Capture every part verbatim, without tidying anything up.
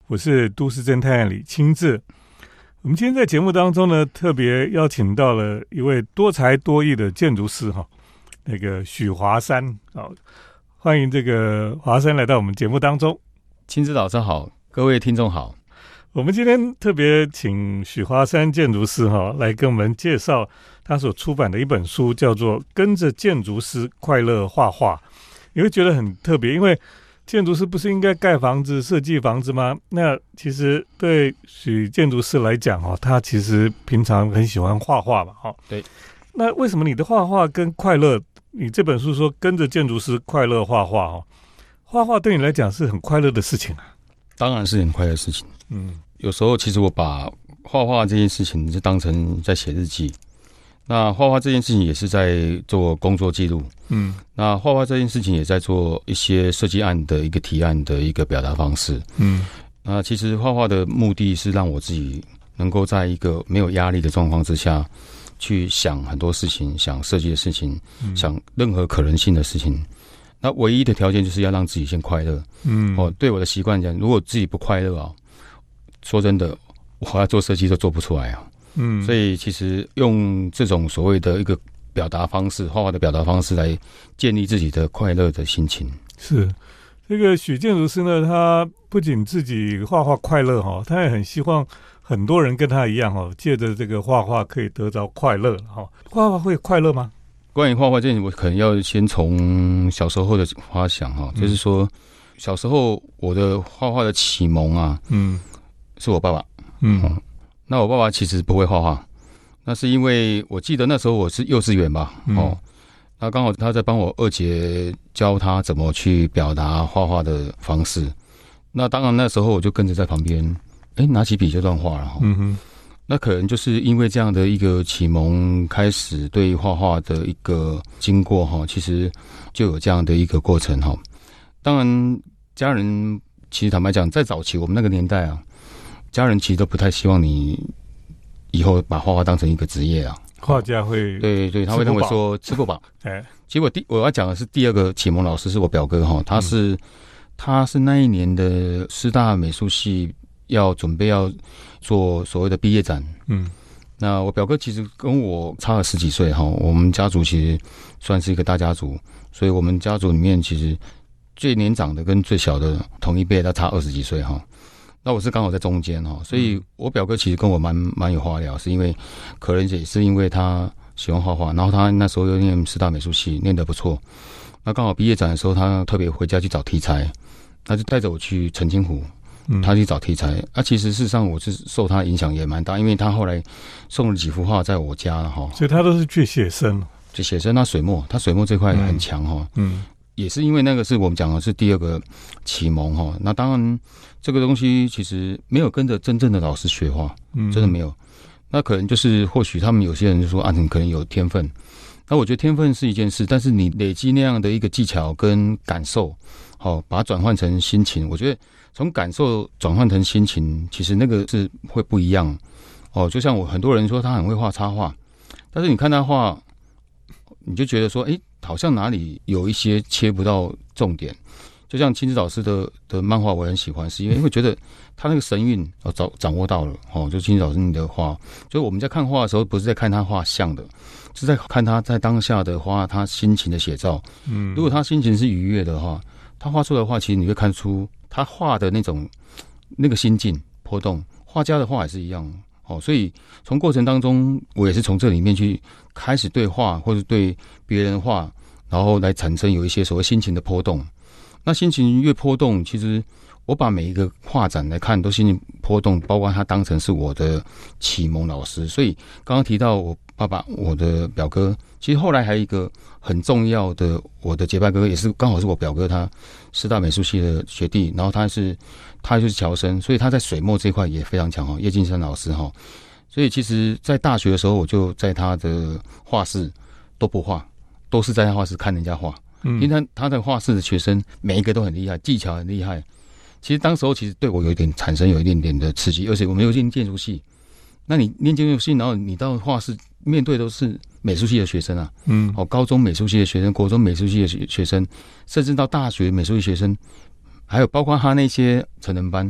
我是都市侦探李清志。我们今天在节目当中呢，特别邀请到了一位多才多艺的建筑师哈，那个许华山啊，欢迎这个华山来到我们节目当中。 清志老师好，各位听众好。 我们今天特别请许华山建筑师哈来跟我们介绍他所出版的一本书，叫做《跟着建筑师快乐画画》。你会觉得很特别，因为建筑师不是应该盖房子、设计房子吗？那其实对许建筑师来讲哦，他其实平常很喜欢画画嘛，哈。 对。 那为什么你的画画跟快乐，你这本书说跟着建筑师快乐画画哦，画画对你来讲是很快乐的事情啊？ 当然是很快乐的事情。嗯，有时候其实我把画画这件事情就当成在写日记。那画画这件事情也是在做工作记录，嗯，那画画这件事情也在做一些设计案的一个提案的一个表达方式，嗯，那其实画画的目的是让我自己能够在一个没有压力的状况之下，去想很多事情，想设计的事情，嗯、想任何可能性的事情。那唯一的条件就是要让自己先快乐，嗯，哦，对我的习惯讲，如果自己不快乐啊，说真的，我要做设计都做不出来啊。嗯，所以其实用这种所谓的一个表达方式，画画的表达方式来建立自己的快乐的心情。 是这个许建筑师呢，他不仅自己画画快乐哈，他也很希望很多人跟他一样哈，借着这个画画可以得着快乐哈。画画会快乐吗？ 关于画画这点，我可能要先从小时候的发想哈，嗯、就是说小时候我的画画的启蒙啊，嗯，是我爸爸，嗯。嗯那我爸爸其实不会画画，那是因为我记得那时候我是幼稚园吧，嗯、哦，那刚好他在帮我二姐教他怎么去表达画画的方式。那当然那时候我就跟着在旁边，哎，拿起笔就乱画了。嗯哼，那可能就是因为这样的一个启蒙，开始对画画的一个经过哈，其实就有这样的一个过程哈。当然，家人其实坦白讲，在早期我们那个年代啊。家人其实都不太希望你以后把画画当成一个职业啊， 画家会对对，他会认为说吃不饱。哎，结果第我要讲的是第二个启蒙老师是我表哥哈，他是、嗯、他是那一年的师大美术系要准备要做所谓的毕业展，嗯，那我表哥其实跟我差了十几岁哈，我们家族其实算是一个大家族，所以我们家族里面其实最年长的跟最小的同一辈，他差二十几岁哈。那我是刚好在中间哈，所以我表哥其实跟我蛮蛮有话聊，是因为可能也是因为他喜欢画画，然后他那时候又念师大美术系，念得不错。那刚好毕业展的时候，他特别回家去找题材，他就带着我去澄清湖，他去找题材。啊，其实事实上我是受他影响也蛮大，因为他后来送了几幅画在我家了哈， 所以他都是去写生， 就写生，他水墨，他水墨这块很强哈，嗯。嗯也是因为那个是我们讲的是第二个启蒙哈，那当然这个东西其实没有跟着真正的老师学画，嗯，真的没有。那可能就是或许他们有些人就说啊，你可能有天分。那我觉得天分是一件事，但是你累积那样的一个技巧跟感受，好，把它转换成心情。我觉得从感受转换成心情，其实那个是会不一样哦。就像我很多人说他很会画插画，但是你看他画，你就觉得说，哎。好像哪里有一些切不到重点，就像清志老师的的漫画，我很喜欢，是因为会觉得他那个神韵哦掌掌握到了哦。就清志老师你的画，就我们在看画的时候，不是在看他画像的，是在看他在当下的画他心情的写照。嗯，如果他心情是愉悦的话，他画出来的画，其实你会看出他画的那种那个心境波动。画家的画也是一样。哦，所以从过程当中，我也是从这里面去开始对画，或者对别人画，然后来产生有一些所谓心情的波动。那心情越波动，其实我把每一个画展来看，都心情波动，包括他当成是我的启蒙老师。所以刚刚提到我爸爸，我的表哥，其实后来还有一个很重要的，我的结拜哥也是刚好是我表哥，他师大美术系的学弟，然后他是。他就是侨生，所以他在水墨这块也非常强哈，叶金山老师哈。所以其实，在大学的时候，我就在他的画室都不画，都是在他画室看人家画。嗯，因为他他的画室的学生每一个都很厉害，技巧很厉害。其实当时候其实对我有一点产生有一点点的刺激，而且我们又进建筑系，那你念建筑系，然后你到画室面对都是美术系的学生啊，嗯，哦，高中美术系的学生，国中美术系的学生，甚至到大学美术系学生。还有包括他那些成人班，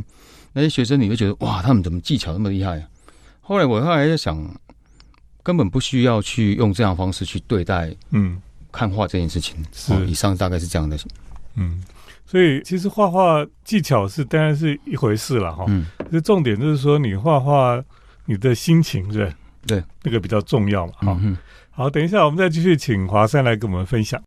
那些学生你会觉得哇，他们怎么技巧那么厉害？后来我后来在想，根本不需要去用这样的方式去对待，嗯，看画这件事情。是、哦，以上大概是这样的， 嗯。所以其实画画技巧是当然是一回事了哈，嗯，这重点就是说你画画你的心情是吧？ 对， 那个比较重要嘛，哈、嗯。好，等一下我们再继续请华山来跟我们分享。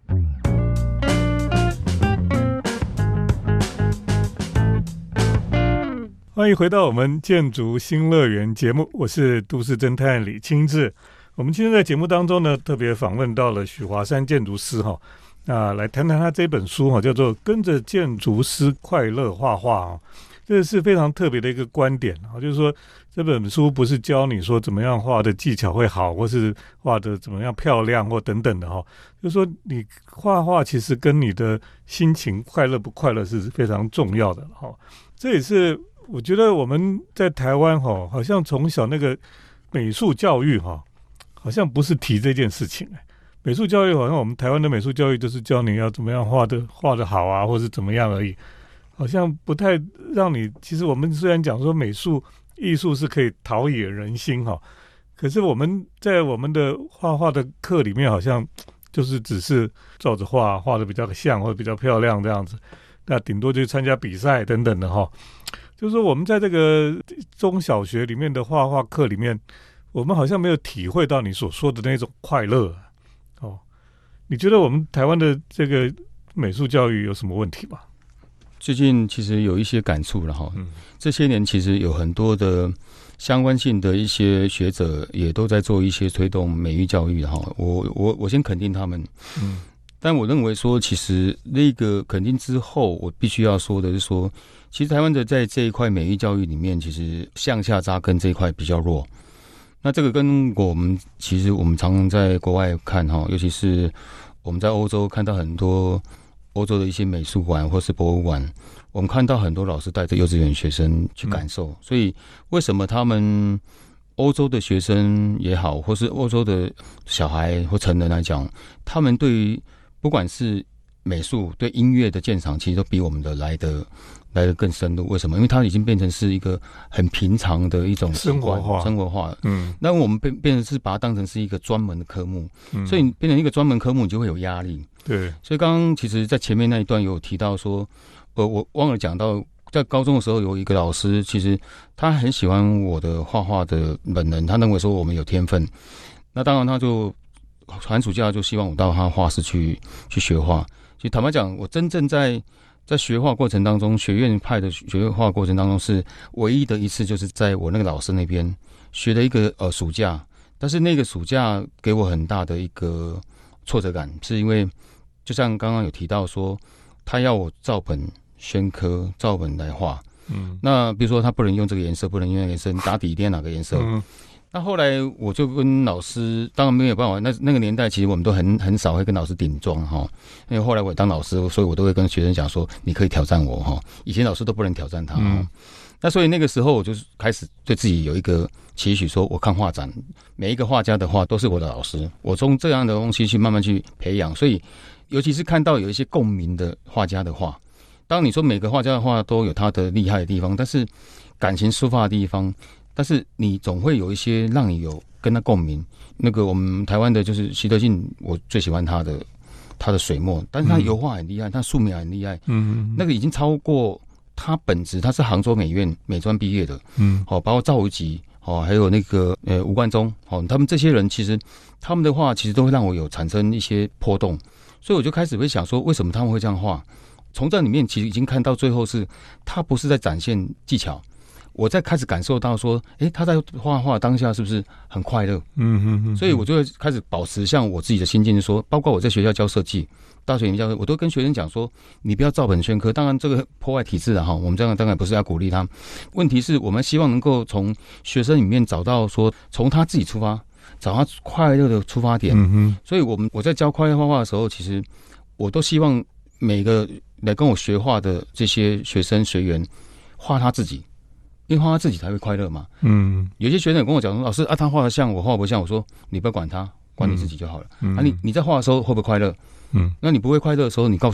欢迎回到我们建筑新乐园节目，我是都市侦探李清志。我们今天在节目当中呢，特别访问到了许华山建筑师哈。那来谈谈他这本书哈，叫做《跟着建筑师快乐画画》啊，这是非常特别的一个观点啊，就是说这本书不是教你说怎么样画的技巧会好，或是画的怎么样漂亮或等等的哈，就是说你画画其实跟你的心情快乐不快乐是非常重要的哈。这也是我觉得我们在台湾哈，好像从小那个美术教育哈，好像不是提这件事情哎。美术教育好像我们台湾的美术教育就是教你要怎么样画的画的好啊，或是怎么样而已，好像不太让你。其实我们虽然讲说美术艺术是可以陶冶人心哈，可是我们在我们的画画的课里面好像就是只是照着画，画的比较像或者比较漂亮这样子，那顶多就参加比赛等等的哈。就是说我们在这个中小学里面的画画课里面，我们好像没有体会到你所说的那种快乐。哦，你觉得我们台湾的这个美术教育有什么问题吗？ 最近其实有一些感触了哈，嗯，这些年其实有很多的相关性的一些学者也都在做一些推动美育教育的哈。我我我先肯定他们，嗯，但我认为说，其实那个肯定之后，我必须要说的是说，其实台湾的在这一块美育教育里面，其实向下扎根这一块比较弱。那这个跟我们其实我们常常在国外看哈，尤其是我们在欧洲看到很多欧洲的一些美术馆或是博物馆，我们看到很多老师带着幼稚园学生去感受，嗯，所以为什么他们欧洲的学生也好，或是欧洲的小孩或成人来讲，他们对于不管是美术对音乐的鉴赏，其实都比我们的来的来的更深入。为什么？因为它已经变成是一个很平常的一种生活化， 生活化。嗯，那我们变变成是把它当成是一个专门的科目，嗯，所以变成一个专门科目，你就会有压力。 对， 所以刚刚其实在前面那一段有提到说，呃，我忘了讲到，在高中的时候有一个老师，其实他很喜欢我的画画的本能，他认为说我们有天分，那当然他就寒暑假就希望我到他画室去去学画。其实坦白讲，我真正在在学画过程当中，学院派的学画过程当中，是唯一的一次，就是在我那个老师那边学了一个呃暑假，但是那个暑假给我很大的一个挫折感，是因为就像刚刚有提到说，他要我照本宣科，照本来画，嗯，那比如说他不能用这个颜色，不能用那个颜色，你打底一定要哪个颜色？嗯，那后来我就跟老师，当然没有办法，那那个年代其实我们都很很少会跟老师顶撞哈，因为后来我当老师，所以我都会跟学生讲说，你可以挑战我哈，以前老师都不能挑战他，嗯，那所以那个时候我就开始对自己有一个期许，说我看画展，每一个画家的画都是我的老师，我从这样的东西去慢慢去培养，所以尤其是看到有一些共鸣的画家的画，当你说每个画家的画都有他的厉害的地方，但是感情抒发的地方。但是你总会有一些让你有跟他共鸣。那个我们台湾的就是徐德进，我最喜欢他的他的水墨，但是他油画很厉害，他素描很厉害，嗯，那个已经超过他本质。他是杭州美院美专毕业的，嗯，好，包括赵无极，哦，还有那个呃吴冠中，哦，他们这些人其实他们的画其实都会让我有产生一些波动，所以我就开始会想说，为什么他们会这样画？从这里面其实已经看到最后是，他不是在展现技巧。我在开始感受到说，诶，他在画画当下是不是很快乐？嗯嗯嗯。所以我就会开始保持像我自己的心境说，包括我在学校教设计，大学里面教，我都跟学生讲说，你不要照本宣科。当然，这个破坏体制啊，哈，我们这样当然不是要鼓励他。问题是我们希望能够从学生里面找到说，从他自己出发，找他快乐的出发点。嗯哼。所以我们我在教快乐画画的时候，其实我都希望每个来跟我学画的这些学生学员画他自己。因为画他自己才会快乐嘛。嗯，有些学生跟我讲说，老师啊，他画的像，我画不像。我说你不要管他，管你自己就好了。嗯、啊你，你你在画的时候会不会快乐？嗯，那你不会快乐的时候，你告诉我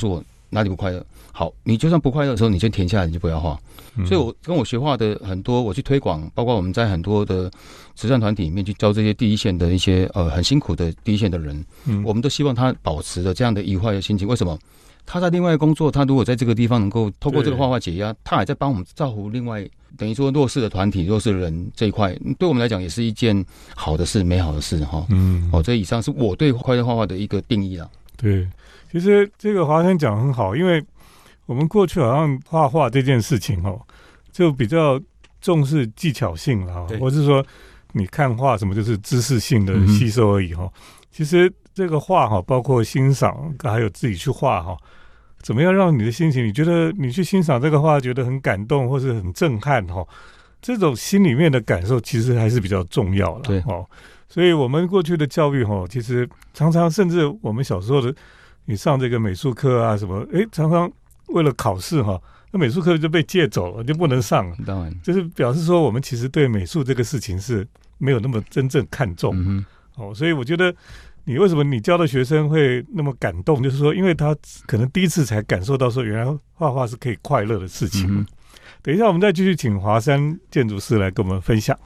哪里不快乐？好，你就算不快乐的时候，你就停下来，你就不要画。嗯、所以我跟我学画的很多，我去推广，包括我们在很多的慈善团体里面去教这些第一线的一些呃很辛苦的第一线的人，嗯，我们都希望他保持着这样的愉快的心情。为什么？他在另外工作，他如果在这个地方能够透过这个画画解压，他还在帮我们造福另外等于说弱势的团体、弱势的人这一块，对我们来讲也是一件好的事、美好的事哈。嗯，哦，这以上是我对快乐画画的一个定义啦。 对，其实这个华山讲得很好，因为我们过去好像画画这件事情哦，就比较重视技巧性了，或是说你看画什么就是知识性的吸收而已哈。嗯、其实这个画哈，包括欣赏，还有自己去画哈。怎么样让你的心情？你觉得你去欣赏这个画，觉得很感动或是很震撼哈？这种心里面的感受其实还是比较重要的。 对哦，所以我们过去的教育哈，其实常常甚至我们小时候的，你上这个美术课啊什么，哎，常常为了考试哈，那美术课就被借走了，就不能上了。 当然， 就是表示说我们其实对美术这个事情是没有那么真正看重。嗯、哦，所以我觉得。你为什么你教的学生会那么感动？就是说，因为他可能第一次才感受到说，原来画画是可以快乐的事情。嗯、等一下，我们再继续请华山建筑师来跟我们分享。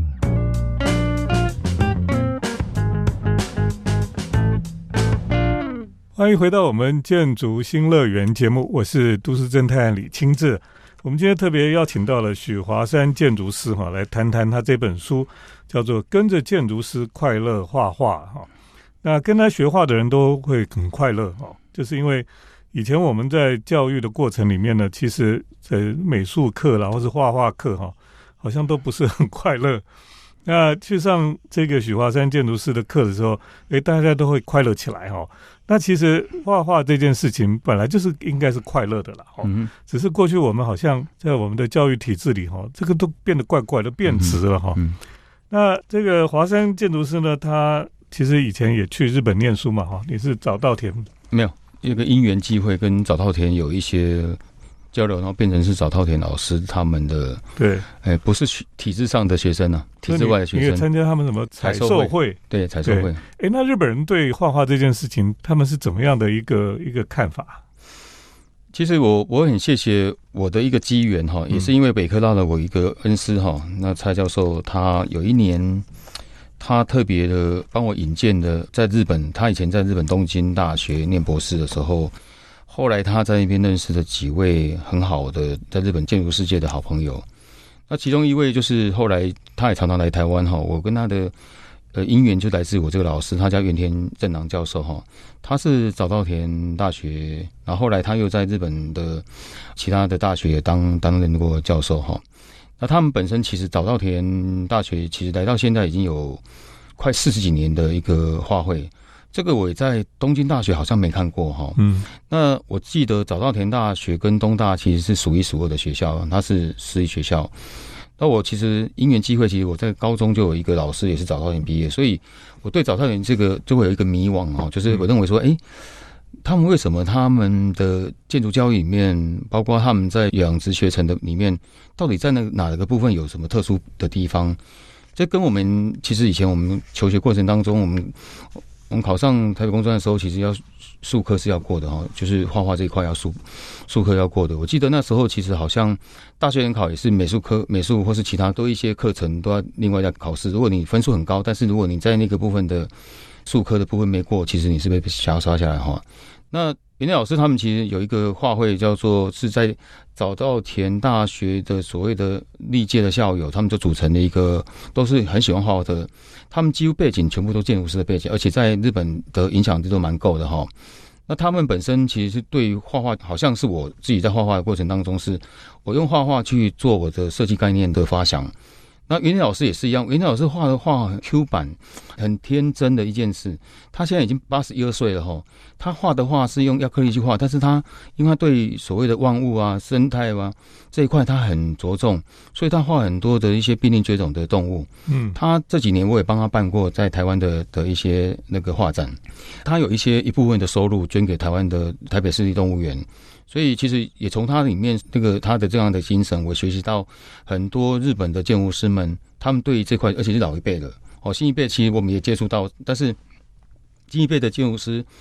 欢迎回到我们建筑新乐园节目，我是都市侦探李清志。我们今天特别邀请到了许华山建筑师哈，来谈谈他这本书，叫做《跟着建筑师快乐画画》哈。那跟他学画的人都会很快乐哦，就是因为以前我们在教育的过程里面呢，其实在美术课啦或是画画课哈，好像都不是很快乐。那去上这个许华山建筑师的课的时候，诶，大家都会快乐起来哈。那其实画画这件事情本来就是应该是快乐的啦，嗯，只是过去我们好像在我们的教育体制里哈，这个都变得怪怪的变质了哈。嗯嗯、那这个华山建筑师呢，他其实以前也去日本念书嘛，哈，你是早稻田？ 没有，一个因缘际会跟早稻田有一些交流，然后变成是早稻田老师他们的对， 哎，不是体制上的学生啊，体制外的学生， 你也参加他们什么彩授会？ 对，彩授会。 哎，那日本人对画画这件事情，他们是怎么样的一个一个看法？ 其实我我很谢谢我的一个机缘哈，也是因为北科大的我一个恩师哈，那蔡教授他有一年。他特别的帮我引荐的，在日本，他以前在日本东京大学念博士的时候，后来他在那边认识了几位很好的在日本建筑世界的好朋友。那其中一位就是后来他也常常来台湾哈，我跟他的呃因缘就来自我这个老师，他叫原田正郎教授哈，他是早稻田大学，然后后来他又在日本的其他的大学也当担任过教授哈。那他们本身其实早稻田大学其实来到现在已经有快四十几年的一个画会，这个我也在东京大学好像没看过哈。嗯，那我记得早稻田大学跟东大其实是数一数二的学校，它是私立学校。那我其实因缘机会，其实我在高中就有一个老师也是早稻田毕业，所以我对早稻田这个就会有一个迷惘哦，就是我认为说，哎。他们为什么他们的建筑教育里面，包括他们在养殖学程的里面，到底在那哪个部分有什么特殊的地方？这跟我们其实以前我们求学过程当中，我们我们考上台北工专的时候，其实要术科是要过的哈，就是画画这一块要术术科要过的。我记得那时候其实好像大学联考也是美术科、美术或是其他多一些课程都要另外要考试。如果你分数很高，但是如果你在那个部分的术科的部分没过，其实你是被想要刷下来哈。那原田老师他们其实有一个画会叫做是在早稻田大学的所谓的历届的校友，他们就组成的一个都是很喜欢画画的，他们几乎背景全部都建筑师的背景，而且在日本的影响力都蛮够的哈。那他们本身其实是对于画画，好像是我自己在画画的过程当中，是我用画画去做我的设计概念的发想。那原田老师也是一样，原田老师画的画很 Q 版，很天真的一件事。他现在已经八十一二岁了哈，他画的画是用亚克力去画，但是他因为他对所谓的万物啊、生态啊这一块他很着重，所以他画很多的一些濒临绝种的动物。嗯，他这几年我也帮他办过在台湾的的一些那个画展，他有一些一部分的收入捐给台湾的台北市立动物园。所以其实也从他里面那个他的这样的精神，我学习到很多日本的建筑师们，他们对于这块，而且是老一辈的哦，新一辈其实我们也接触到，但是新一辈的建筑师，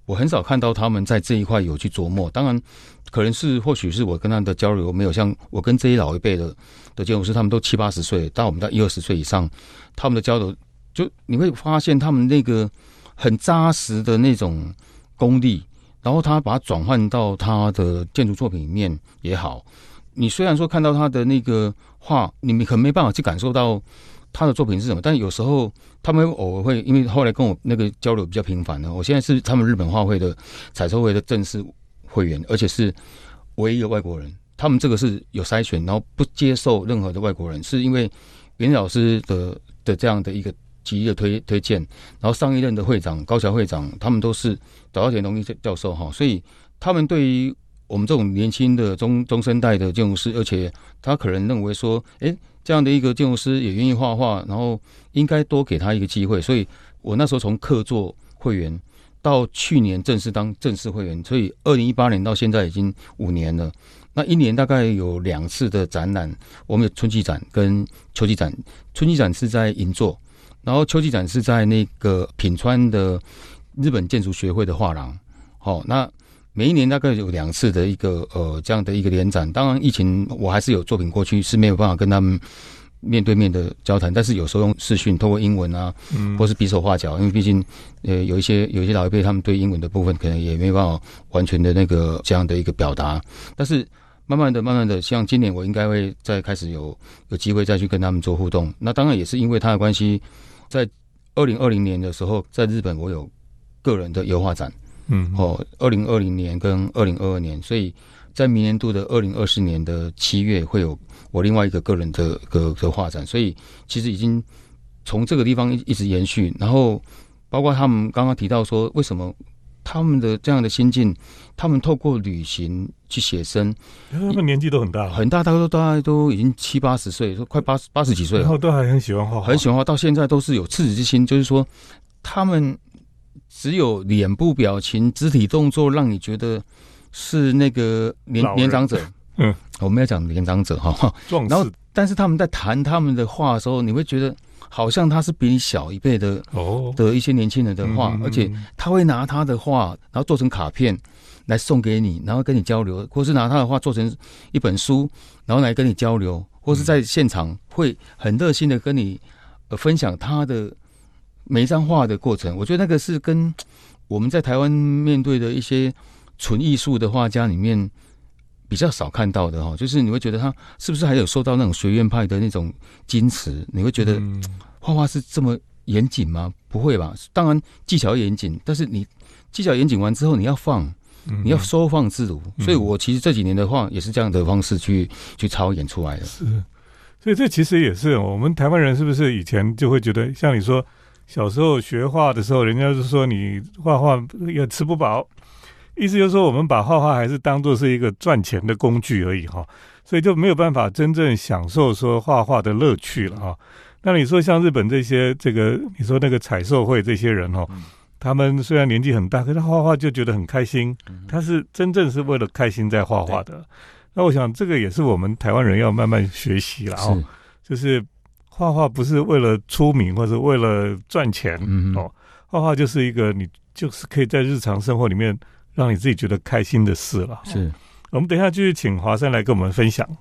我很少看到他们在这一块有去琢磨。当然，可能是或许是我跟他们的交流没有像我跟这些老一辈的的建筑师，他们都七八十岁，到我们到一二十岁以上，他们的交流就你会发现他们那个很扎实的那种功力，然后他把它转换到他的建筑作品里面也好。你虽然说看到他的那个画，你们可能没办法去感受到他的作品是什么，但有时候他们偶尔会，因为后来跟我那个交流比较频繁了。我现在是他们日本画会的彩色会的正式会员，而且是唯一的外国人。他们这个是有筛选，然后不接受任何的外国人，是因为袁老师的的这样的一个极力的推推荐，然后上一任的会长高桥会长，他们都是早稻田荣一教授哈，所以他们对于我们这种年轻的中中生代的建筑师，而且他可能认为说，哎，这样的一个建筑师也愿意画画，然后应该多给他一个机会。所以我那时候从客座会员到去年正式当正式会员，所以二零一八年到现在已经五年了。那一年大概有两次的展览，我们有春季展跟秋季展。春季展是在银座，然后秋季展是在那个品川的日本建筑学会的画廊。好、哦，那每一年大概有两次的一个呃这样的一个联展。当然疫情我还是有作品过去是没有办法跟他们面对面的交谈，但是有时候用视讯透过英文啊，嗯，或是比手画脚，因为毕竟呃有一些有一些老一辈他们对英文的部分可能也没办法完全的那个这样的一个表达。但是慢慢的慢慢的像今年我应该会再开始有有机会再去跟他们做互动。那当然也是因为他的关系，在二零二零年的时候在日本我有个人的油画展，嗯，哦，二零二零年跟二零二二年，所以在明年度的二零二四年的七月会有我另外一个个人的个的画展，所以其实已经从这个地方一直延续。然后包括他们刚刚提到说，为什么他们的这样的心境，他们透过旅行去写生， 他们年纪都很大， 很大，大概都大概都已经七八十岁，快八十八十几岁了， 然后都还很喜欢画画， 很喜欢画，到现在都是有赤子之心，就是说他们只有脸部表情、肢体动作，让你觉得是那个年年长者。嗯，我们要讲年长者哈， 壮士。 然后，但是他们在谈他们的画的时候，你会觉得好像他是比你小一辈的哦的一些年轻人的画，嗯嗯嗯，而且他会拿他的画，然后做成卡片来送给你，然后跟你交流，或是拿他的画做成一本书，然后来跟你交流，或是在现场会很热心的跟你呃分享他的每一张画的过程。我觉得那个是跟我们在台湾面对的一些纯艺术的画家里面比较少看到的哈，就是你会觉得他是不是还有受到那种学院派的那种矜持？你会觉得画画是这么严谨吗？不会吧？当然技巧严谨，但是你技巧严谨完之后，你要放，你要收放自如。所以我其实这几年的画也是这样的方式去去操演出来的。 是，所以这其实也是我们台湾人是不是以前就会觉得，像你说小时候学画的时候，人家就说你画画也吃不饱。意思就是说，我们把画画还是当作是一个赚钱的工具而已哈，所以就没有办法真正享受说画画的乐趣了哈。那你说像日本这些这个，你说那个彩寿会这些人哈，他们虽然年纪很大，可是他画画就觉得很开心，他是真正是为了开心在画画的。那我想这个也是我们台湾人要慢慢学习了哦，就是画画不是为了出名或者为了赚钱哦，画画就是一个你就是可以在日常生活里面让你自己觉得开心的事了。 是， 我们等一下继续请华山来跟我们分享。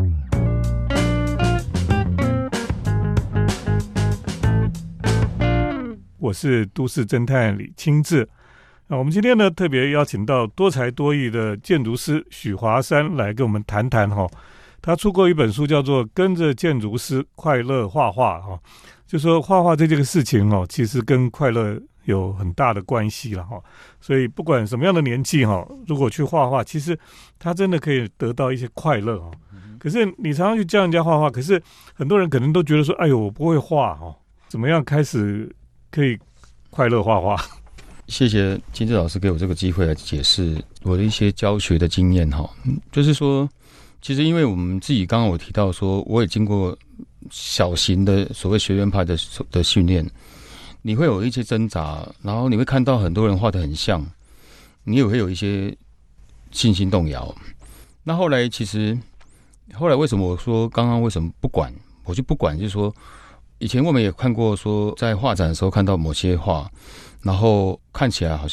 我是都市侦探李清志。那我们今天呢特别邀请到多才多艺的建筑师许华山来跟我们谈谈哈。他出过一本书叫做《跟着建筑师快乐画画》哈，就说画画这件事情哦，其实跟快乐有很大的关系了哈，所以不管什么样的年纪哈，如果去画画，其实他真的可以得到一些快乐哈。可是你常常去教人家画画，可是很多人可能都觉得说，哎呦，我不会画哈，怎么样开始可以快乐画画？ 谢谢金志老师给我这个机会来解释我的一些教学的经验哈，就是说，其实因为我们自己刚刚我提到说，我也经过小型的所谓学院派的的训练。你会有一些挣扎，然后你会看到很多人画得很像，你也会有一些信心动摇。那后来其实，后来为什么我说刚刚为什么不管，我就不管，就是说，以前我们也看过说，在画展的时候看到某些画，然后看起来好像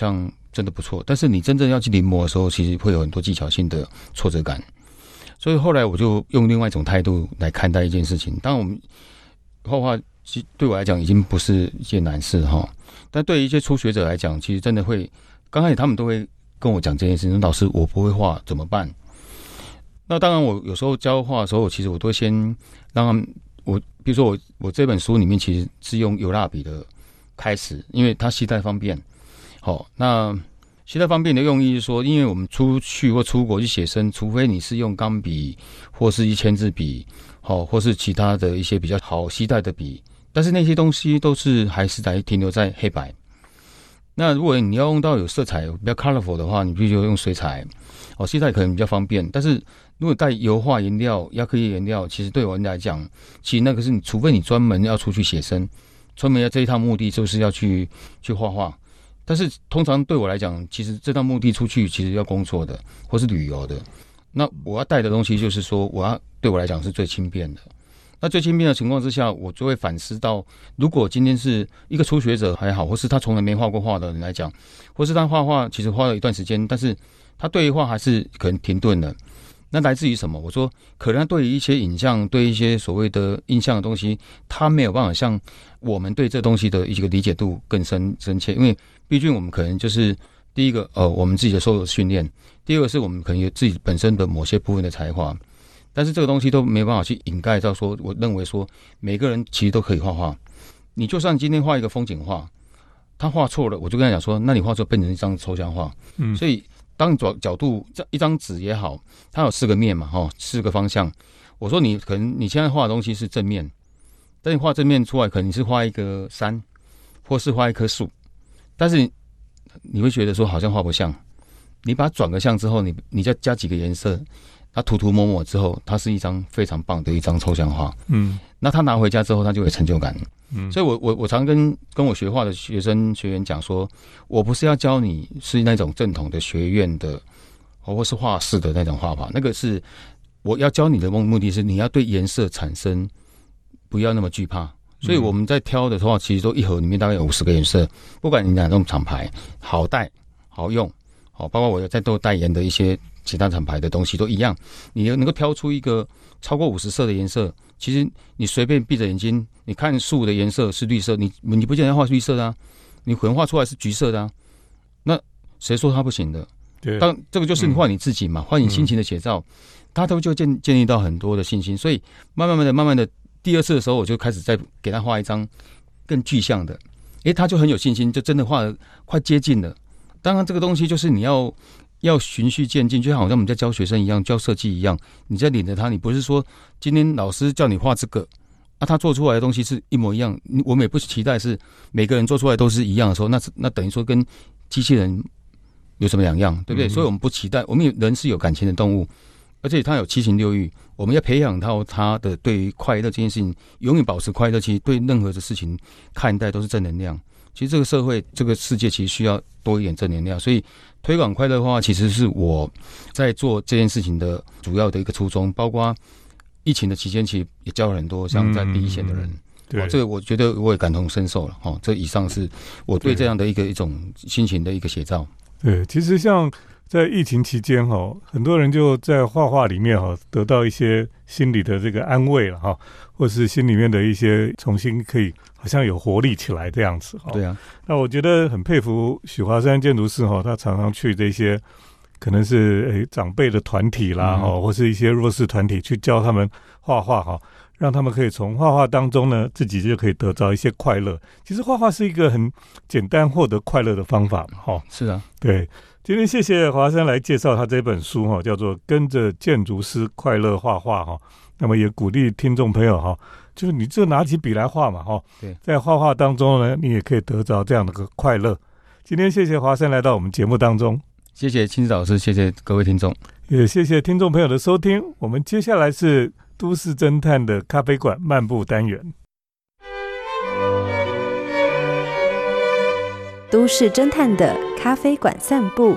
真的不错。但是你真正要去临摹的时候，其实会有很多技巧性的挫折感。所以后来我就用另外一种态度来看待一件事情。当然，我们画画对我来讲已经不是一件难事哈，但对于一些初学者来讲，其实真的会，刚开始他们都会跟我讲这件事情，老师我不会画怎么办？那当然，我有时候教画的时候，其实我都会先让他们，我比如说我我这本书里面其实是用油蜡笔的开始，因为它携带方便。好，那携带方便的用意是说，因为我们出去或出国去写生，除非你是用钢笔或是一签字笔，好，或是其他的一些比较好携带的笔，但是那些东西都是还是来停留在黑白。那如果你要用到有色彩比较 colorful 的话，你必须用水彩，哦，携带可能比较方便。但是如果带油画颜料、亚克力颜料，其实对我来讲，其实那个是你，除非你专门要出去写生，专门要这一趟目的就是要去去画画。但是通常对我来讲，其实这趟目的出去其实要工作的，或是旅游的。那我要带的东西就是说，我要对我来讲是最轻便的。那最轻便的情况之下，我就会反思到，如果今天是一个初学者还好，或是他从来没画过画的人来讲，或是他画画其实花了一段时间，但是他对于画还是可能停顿了。那来自于什么？我说，可能对于一些影像，对一些所谓的印象的东西，他没有办法像我们对这东西的一个理解度更深深切，因为毕竟我们可能就是第一个，呃，我们自己的受训练；第二个是我们可能有自己本身的某些部分的才华。但是这个东西都没办法去掩盖到说，我认为说每个人其实都可以画画。你就算今天画一个风景画，他画错了，我就跟他讲说，那你画错变成一张抽象画。嗯，所以当角角度一张纸也好，它有四个面嘛，哈，四个方向。我说你可能你现在画的东西是正面，但你画正面出来，可能你是画一个山，或是画一棵树，但是 你, 你会觉得说好像画不像。你把它转个向之后，你你再加几个颜色。他涂涂抹抹之后，它是一张非常棒的一张抽象画。嗯，那他拿回家之后，他就有成就感。嗯，所以我我我常跟跟我学画的学生学员讲说，我不是要教你是那种正统的学院的，或是画室的那种画法，那个是我要教你的目目的是你要对颜色产生不要那么惧怕。所以我们在挑的话，其实都一盒里面大概有五十个颜色，不管你哪种厂牌，好带好用，好，包括我在做代言的一些。其他厂牌的东西都一样，你能够挑出一个超过五十色的颜色，其实你随便闭着眼睛，你看树的颜色是绿色，你你不见得要画绿色的啊，你可能画出来是橘色的啊，那谁说它不行的？对，当这个就是你画你自己嘛，画、嗯、你心情的写照，他都就建建立到很多的信心，所以慢慢的、慢慢的，第二次的时候我就开始再给他画一张更具象的，诶，他就很有信心，就真的画得快接近了。当然，这个东西就是你要。要循序渐进，就好像我们在教学生一样，教设计一样，你在领着他，你不是说今天老师叫你画这个啊，他做出来的东西是一模一样，我们也不期待是每个人做出来都是一样的时候，那那等于说跟机器人有什么两样，对不对？嗯、所以我们不期待，我们人是有感情的动物，而且他有七情六欲，我们要培养到他的对于快乐这件事情，永远保持快乐，其实对任何的事情看待都是正能量。其实这个社会、这个世界其实需要多一点正能量，所以推广快乐化其实是我在做这件事情的主要的一个初衷。包括疫情的期间，其实也教了很多像在第一线的人，嗯、对、哦，这个我觉得我也感同身受了。哦，这以上是我对这样的一个一种心情的一个写照。 对，其实像在疫情期间哈，很多人就在画画里面哈得到一些心理的这个安慰了哈，或是心里面的一些重新可以。好像有活力起来的样子。 对啊， 那我觉得很佩服许华山建筑师哈，他常常去这些可能是诶长辈的团体啦哈、嗯，或是一些弱势团体去教他们画画哈，让他们可以从画画当中呢，自己就可以得到一些快乐。其实画画是一个很简单获得快乐的方法嘛哈。 是啊， 对。今天谢谢华山来介绍他这本书哈，叫做《跟着建筑师快乐画画》哈。那么也鼓励听众朋友哈。就是你就拿起笔来画嘛，哈，对，在画画当中呢，你也可以得到这样的个快乐。今天谢谢华山来到我们节目当中， 谢谢亲子老师，谢谢各位听众， 也谢谢听众朋友的收听。我们接下来是都市侦探的咖啡馆漫步单元。 都市侦探的咖啡馆散步。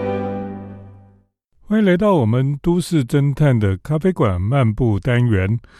欢迎来到我们都市侦探的咖啡馆漫步单元。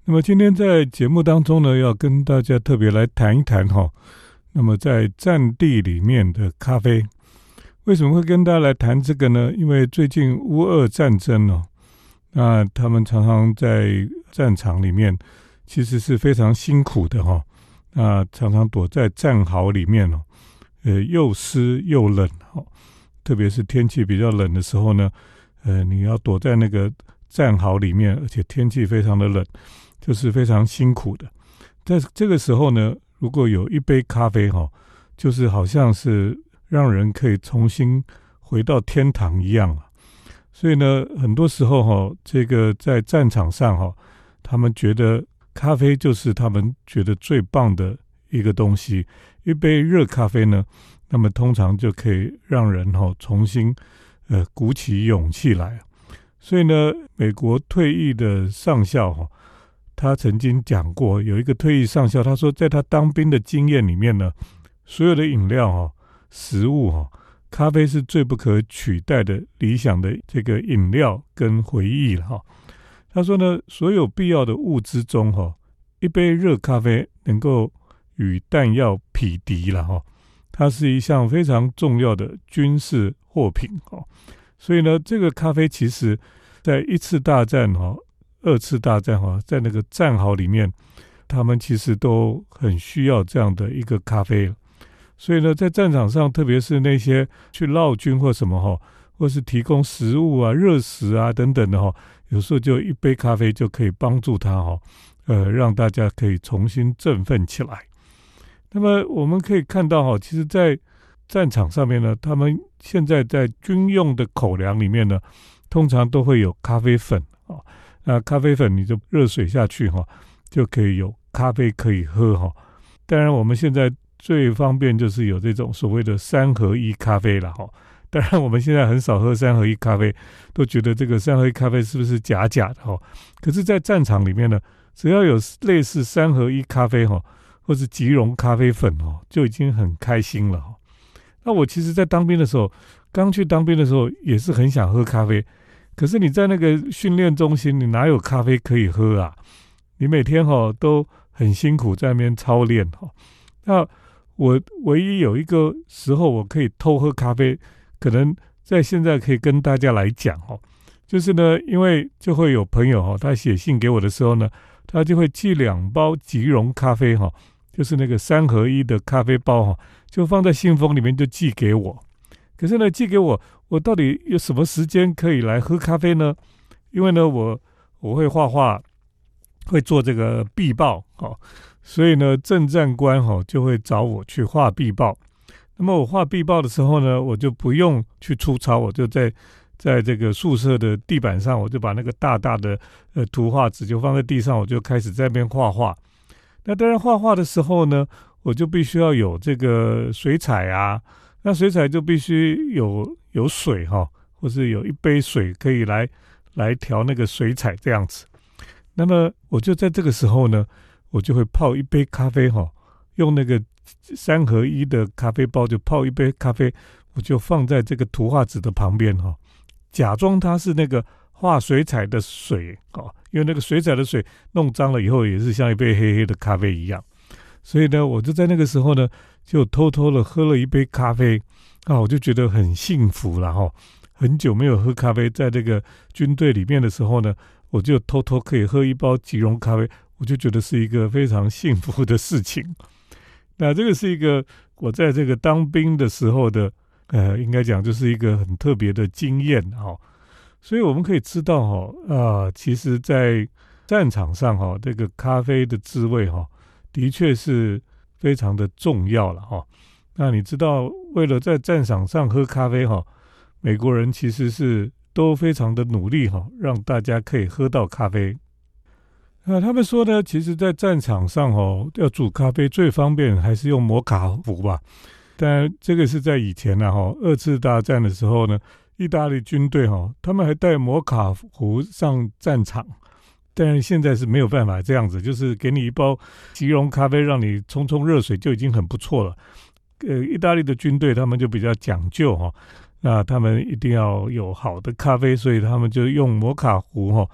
那么今天在节目当中呢，要跟大家特别来谈一谈哈，那么在战地里面的咖啡，为什么会跟大家来谈这个呢？因为最近乌俄战争哦，那他们常常在战场里面其实是非常辛苦的哈，那常常躲在战壕里面哦，呃，又湿又冷哦，特别是天气比较冷的时候呢，呃，你要躲在那个战壕里面，而且天气非常的冷，就是非常辛苦的。在这个时候呢，如果有一杯咖啡哈，就是好像是让人可以重新回到天堂一样。所以呢，很多时候哈，这个在战场上哈，他们觉得咖啡就是他们觉得最棒的一个东西。一杯热咖啡呢，那么通常就可以让人哈重新呃鼓起勇气来。所以呢，美国退役的上校哈，他曾经讲过，有一个退役上校，他说在他当兵的经验里面呢，所有的饮料哈、食物哈，咖啡是最不可取代的理想的这个饮料跟回忆了哈。他说呢，所有必要的物资中哈，一杯热咖啡能够与弹药匹敌了哈，它是一项非常重要的军事货品哈。所以呢，这个咖啡其实在一次大战哈、二次大战哈，在那个战壕里面，他们其实都很需要这样的一个咖啡。所以呢，在战场上，特别是那些去绕军或什么哈，或是提供食物啊、热食啊等等的哈，有时候就一杯咖啡就可以帮助他哈，呃，让大家可以重新振奋起来。那么我们可以看到哈，其实在战场上面呢，他们现在在军用的口粮里面呢，通常都会有咖啡粉啊。那咖啡粉你就热水下去哈，就可以有咖啡可以喝哈。当然我们现在最方便就是有这种所谓的三合一咖啡了哈。当然我们现在很少喝三合一咖啡，都觉得这个三合一咖啡是不是假假的哈？可是在战场里面呢，只要有类似三合一咖啡哈，或是即溶咖啡粉哦，就已经很开心了哈。那我其实在当兵的时候，刚去当兵的时候也是很想喝咖啡，可是你在那个训练中心，你哪有咖啡可以喝啊？你每天哈都很辛苦在那边操练哈。那我唯一有一个时候我可以偷喝咖啡，可能在现在可以跟大家来讲哈，就是呢，因为就会有朋友哈，他写信给我的时候呢，他就会寄两包即溶咖啡哈，就是那个三合一的咖啡包哈，就放在信封里面就寄给我。可是呢，寄给我，我到底有什么时间可以来喝咖啡呢？因为呢，我我会画画，会做这个壁报哦，所以呢，政战官哈就会找我去画壁报。那么我画壁报的时候呢，我就不用去出操，我就在在这个宿舍的地板上，我就把那个大大的呃图画纸就放在地上，我就开始在那边画画。那当然画画的时候呢，我就必须要有这个水彩啊，那水彩就必须有有水哈，或是有一杯水可以来来调那个水彩这样子。那么我就在这个时候呢，我就会泡一杯咖啡哈，用那个三合一的咖啡包就泡一杯咖啡，我就放在这个图画纸的旁边哈，假装它是那个画水彩的水哦，因为那个水彩的水弄脏了以后也是像一杯黑黑的咖啡一样。所以呢，我就在那个时候呢，就偷偷的喝了一杯咖啡啊，我就觉得很幸福了哈。很久没有喝咖啡，在这个军队里面的时候呢，我就偷偷可以喝一包即溶咖啡，我就觉得是一个非常幸福的事情。那这个是一个我在这个当兵的时候的，呃，应该讲就是一个很特别的经验哈。所以我们可以知道哈，啊，其实在战场上哈，这个咖啡的滋味哈，的确是非常的重要了哈。那你知道，为了在战场上喝咖啡哈，美国人其实是都非常的努力哈，让大家可以喝到咖啡。那他们说呢，其实在战场上哦，要煮咖啡最方便还是用摩卡壶吧。但这个是在以前啊哈，二次大战的时候呢，意大利军队哈，他们还带摩卡壶上战场。但是现在是没有办法这样子，就是给你一包即溶咖啡，让你冲冲热水就已经很不错了。呃，意大利的军队他们就比较讲究哈，那他们一定要有好的咖啡，所以他们就用摩卡壶哈，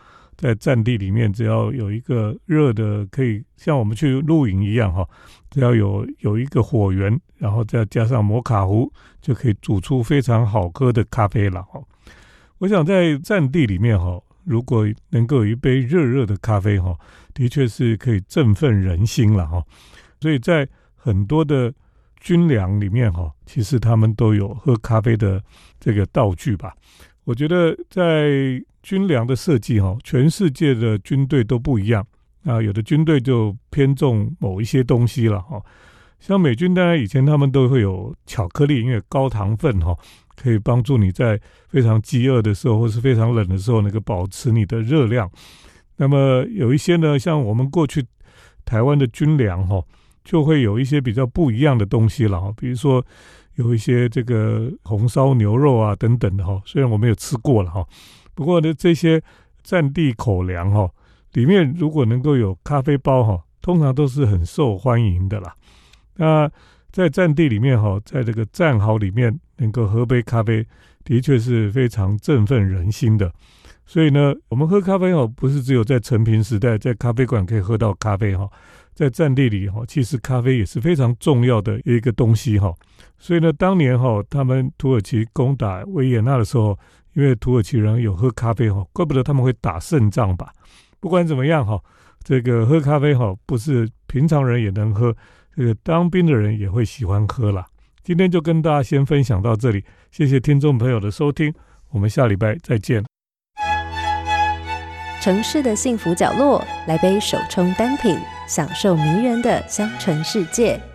在战地里面，只要有一个热的，可以像我们去露营一样哈，只要有有一个火源，然后再加上摩卡壶，就可以煮出非常好喝的咖啡了哈。我想在战地里面哈，如果能够有一杯热热的咖啡哈，的确是可以振奋人心了哈。所以在很多的军粮里面哈，其实他们都有喝咖啡的这个道具吧。我觉得在军粮的设计哈，全世界的军队都不一样啊，有的军队就偏重某一些东西了哈。像美军当然以前他们都会有巧克力，因为高糖分哈，可以帮助你在非常饥饿的时候或是非常冷的时候能够保持你的热量。那么有一些呢，像我们过去台湾的军粮哈，就会有一些比较不一样的东西了哈，比如说有一些这个红烧牛肉啊等等的哈，虽然我没有吃过了哈，不过呢这些战地口粮哈，里面如果能够有咖啡包哈，通常都是很受欢迎的啦。那在战地里面哈，在这个战壕里面能够喝杯咖啡，的确是非常振奋人心的。所以呢，我们喝咖啡哈，不是只有在成平时代在咖啡馆可以喝到咖啡哈，在战地里哈，其实咖啡也是非常重要的一个东西哈。所以呢，当年哈，他们土耳其攻打维也纳的时候，因为土耳其人有喝咖啡哈，怪不得他们会打胜仗吧。不管怎么样哈，这个喝咖啡哈，不是平常人也能喝，这个当兵的人也会喜欢喝啦。今天就跟大家先分享到这里，谢谢听众朋友的收听，我们下礼拜再见。 城市的幸福角落，来杯手冲单品，享受迷人的香醇世界。